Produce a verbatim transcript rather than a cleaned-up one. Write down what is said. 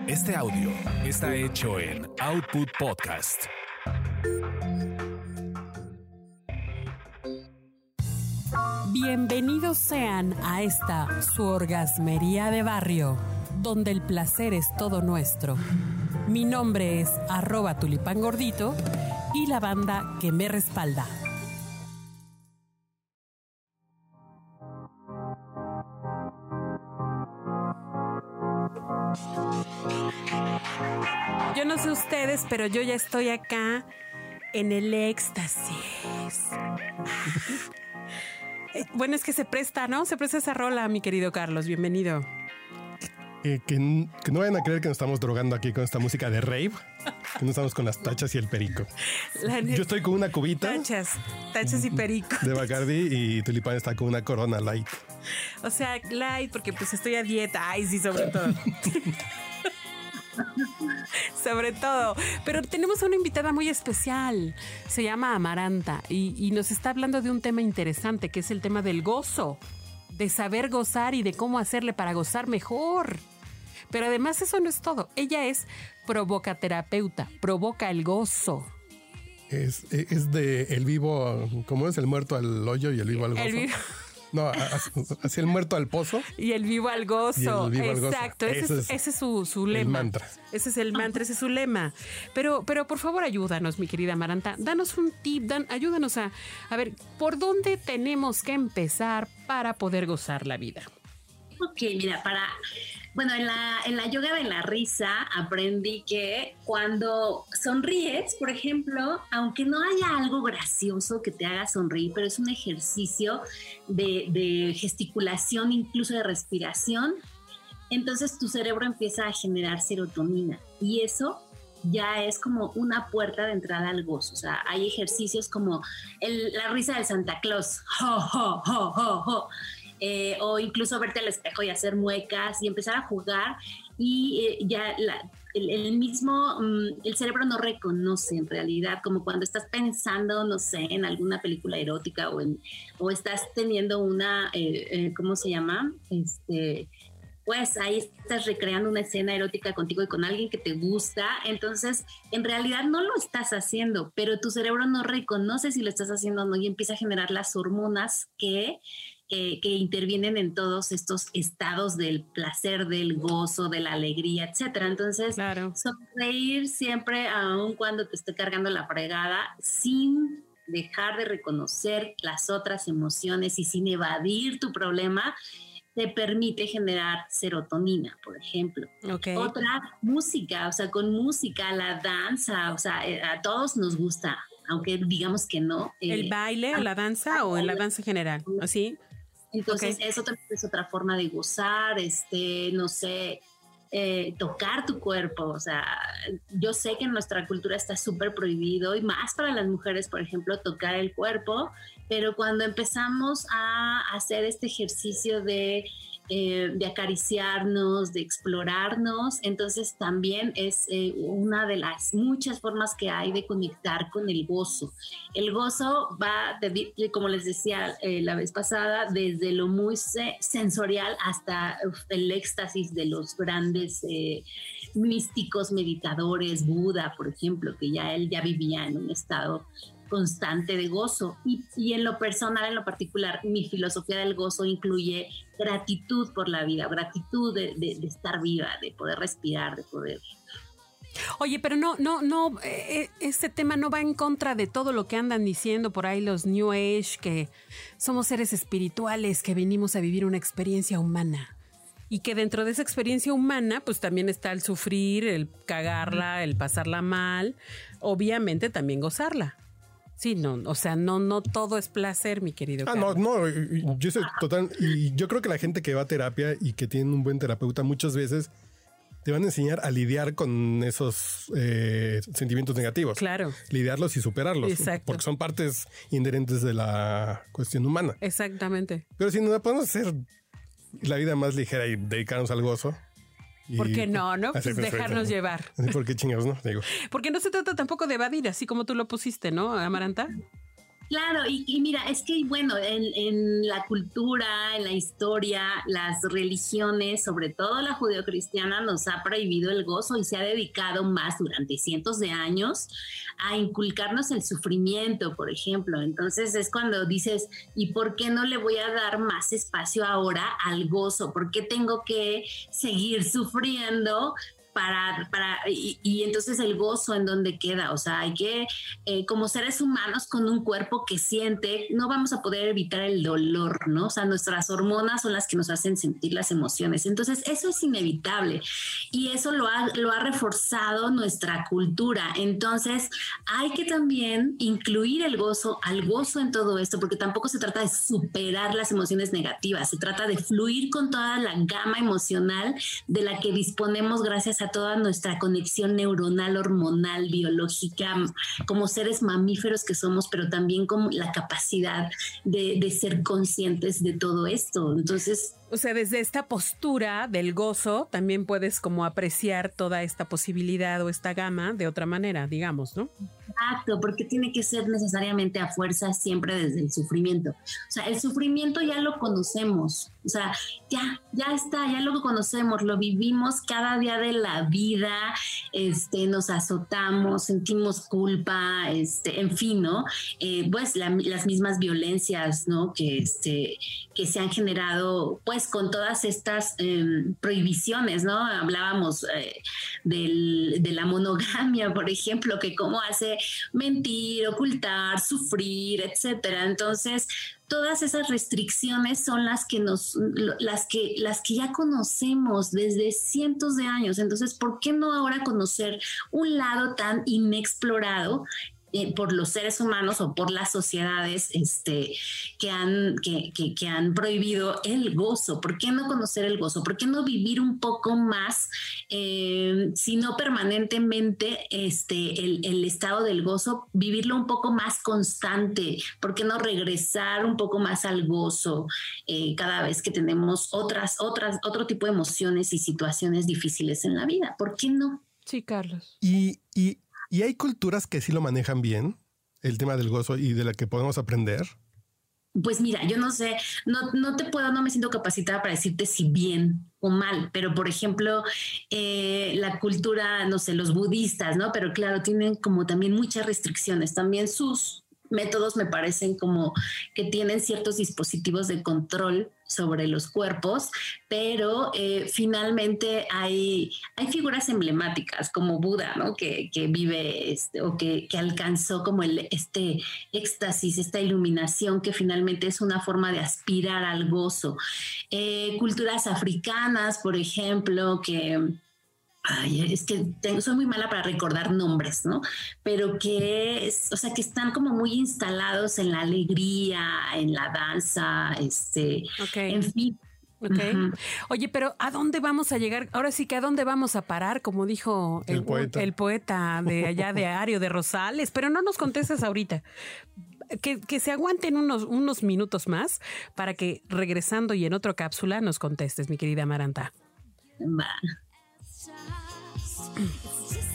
Este audio está hecho en Output Podcast. Bienvenidos sean a esta su orgasmería de barrio, donde el placer es todo nuestro. Mi nombre es arroba tulipán gordito y la banda que me respalda. Yo no sé ustedes, pero yo ya estoy acá en el éxtasis. Bueno, es que se presta, ¿no? Se presta esa rola, mi querido Carlos. Bienvenido. Eh, que, que no vayan a creer que nos estamos drogando aquí con esta música de rave, que no estamos con las tachas y el perico. La Yo estoy con una cubita. Tachas, tachas y perico. De Bacardi y Tulipán está con una Corona Light. O sea, light, porque pues estoy a dieta. Ay, sí, sobre todo. Sobre todo. Pero tenemos a una invitada muy especial. Se llama Amaranta y, y nos está hablando de un tema interesante, que es el tema del gozo, de saber gozar y de cómo hacerle para gozar mejor. Pero además eso no es todo. Ella es provocaterapeuta, provoca el gozo. Es, es de el vivo, ¿cómo es? El muerto al hoyo y el vivo al gozo. El vivo. No, así el muerto al pozo. Y el vivo al gozo. Vivo al Exacto, gozo. Ese, ese es, ese es su, su lema. El mantra. Ese es el mantra, ese es su lema. Pero, pero por favor, ayúdanos, mi querida Amaranta. Danos un tip, dan, ayúdanos a, a ver, ¿por dónde tenemos que empezar para poder gozar la vida? Ok, mira, para... Bueno, en la, en la yoga de la risa aprendí que cuando sonríes, por ejemplo, aunque no haya algo gracioso que te haga sonreír, pero es un ejercicio de, de gesticulación, incluso de respiración, entonces tu cerebro empieza a generar serotonina y eso ya es como una puerta de entrada al gozo. O sea, hay ejercicios como el, la risa de Santa Claus, ho, ho, ho, ho, ho. Eh, o incluso verte al espejo y hacer muecas y empezar a jugar y eh, ya la, el, el mismo, um, el cerebro no reconoce en realidad, como cuando estás pensando, no sé, en alguna película erótica o, en, o estás teniendo una, eh, eh, ¿cómo se llama? Este... pues ahí estás recreando una escena erótica contigo y con alguien que te gusta, entonces en realidad no lo estás haciendo, pero tu cerebro no reconoce si lo estás haciendo o no y empieza a generar las hormonas que, que, que intervienen en todos estos estados del placer, del gozo, de la alegría, etcétera. Entonces, claro, sonreír siempre, aun cuando te esté cargando la fregada, sin dejar de reconocer las otras emociones y sin evadir tu problema, te permite generar serotonina, por ejemplo. Okay. Otra, música, o sea, con música, la danza, o sea, a todos nos gusta, aunque digamos que no. ¿El eh, baile, la danza o en la danza general? ¿Así? Entonces, Okay. eso también es otra forma de gozar, este, no sé, eh, tocar tu cuerpo. O sea, yo sé que en nuestra cultura está súper prohibido y más para las mujeres, por ejemplo, tocar el cuerpo, pero cuando empezamos a hacer este ejercicio de, eh, de acariciarnos, de explorarnos, entonces también es eh, una de las muchas formas que hay de conectar con el gozo. El gozo va, de, como les decía eh, la vez pasada, desde lo muy se- sensorial hasta uf, el éxtasis de los grandes eh, místicos meditadores, Buda, por ejemplo, que ya él ya vivía en un estado constante de gozo y, y en lo personal, en lo particular, mi filosofía del gozo incluye gratitud por la vida, gratitud de, de, de estar viva, de poder respirar, de poder... Oye, pero no, no, no, eh, este tema no va en contra de todo lo que andan diciendo por ahí los New Age, que somos seres espirituales, que venimos a vivir una experiencia humana. Y que dentro de esa experiencia humana, pues también está el sufrir, el cagarla, el pasarla mal, obviamente también gozarla. Sí, no, o sea, no, no todo es placer, mi querido Ah, Carlos. no, no, yo soy total, y yo creo que la gente que va a terapia y que tiene un buen terapeuta muchas veces te van a enseñar a lidiar con esos eh, sentimientos negativos. Claro. Lidiarlos y superarlos. Exacto. Porque son partes inherentes de la cuestión humana. Exactamente. Pero si no podemos hacer la vida más ligera y dedicarnos al gozo. Y ¿por qué no, no? Pues dejarnos llevar. ¿Por qué chingados, no? Digo. Porque no se trata tampoco de evadir, así como tú lo pusiste, ¿no, Amaranta? Claro, y, y mira, es que bueno, en, en la cultura, en la historia, las religiones, sobre todo la judeocristiana, nos ha prohibido el gozo y se ha dedicado más durante cientos de años a inculcarnos el sufrimiento, por ejemplo. Entonces es cuando dices, ¿y por qué no le voy a dar más espacio ahora al gozo? ¿Por qué tengo que seguir sufriendo? Para, para y, y entonces el gozo en donde queda, o sea, hay que, eh, como seres humanos con un cuerpo que siente, no vamos a poder evitar el dolor, ¿no? O sea, nuestras hormonas son las que nos hacen sentir las emociones, entonces eso es inevitable y eso lo ha, lo ha reforzado nuestra cultura, entonces hay que también incluir el gozo, al gozo en todo esto, porque tampoco se trata de superar las emociones negativas, se trata de fluir con toda la gama emocional de la que disponemos gracias a a toda nuestra conexión neuronal, hormonal, biológica, como seres mamíferos que somos, pero también como la capacidad de, de ser conscientes de todo esto. Entonces, o sea, desde esta postura del gozo también puedes como apreciar toda esta posibilidad o esta gama de otra manera, digamos, ¿no? Exacto, porque tiene que ser necesariamente a fuerza siempre desde el sufrimiento. O sea, el sufrimiento ya lo conocemos, o sea, ya, ya está, ya lo conocemos, lo vivimos cada día de la vida, este, nos azotamos, sentimos culpa, este, en fin, ¿no? Eh, pues la, las mismas violencias, ¿no? Que, este, que se han generado, pues, con todas estas eh, prohibiciones, ¿no? Hablábamos eh, del, de la monogamia, por ejemplo, que cómo hace mentir, ocultar, sufrir, etcétera. Entonces, todas esas restricciones son las que nos, las que, las que ya conocemos desde cientos de años. Entonces, ¿por qué no ahora conocer un lado tan inexplorado eh, por los seres humanos o por las sociedades este, que, han, que, que, que han prohibido el gozo? ¿Por qué no conocer el gozo? ¿Por qué no vivir un poco más, eh, si no permanentemente, este, el, el estado del gozo, vivirlo un poco más constante? ¿Por qué no regresar un poco más al gozo eh, cada vez que tenemos otras, otras, otro tipo de emociones y situaciones difíciles en la vida? ¿Por qué no? Sí, Carlos. Y, y, y hay culturas que sí lo manejan bien, el tema del gozo y de la que podemos aprender. Pues mira, yo no sé, no, no te puedo, no me siento capacitada para decirte si bien o mal, pero por ejemplo, eh, la cultura, no sé, los budistas, ¿no? Pero claro, tienen como también muchas restricciones, también sus métodos me parecen como que tienen ciertos dispositivos de control sobre los cuerpos, pero eh, finalmente hay, hay figuras emblemáticas como Buda, ¿no? Que, que vive este, o que, que alcanzó como el, este éxtasis, esta iluminación que finalmente es una forma de aspirar al gozo. Eh, culturas africanas, por ejemplo, que... Ay, es que tengo, soy muy mala para recordar nombres, ¿no? Pero que, es, o sea, que están como muy instalados en la alegría, en la danza, este, okay. En fin. Okay. Uh-huh. Oye, pero ¿a dónde vamos a llegar? Ahora sí que ¿a dónde vamos a parar? Como dijo el, el, poeta. el poeta de allá de Ario de Rosales, pero no nos contestes ahorita. Que, que se aguanten unos, unos minutos más para que regresando y en otra cápsula nos contestes, mi querida Amaranta. Va. It's just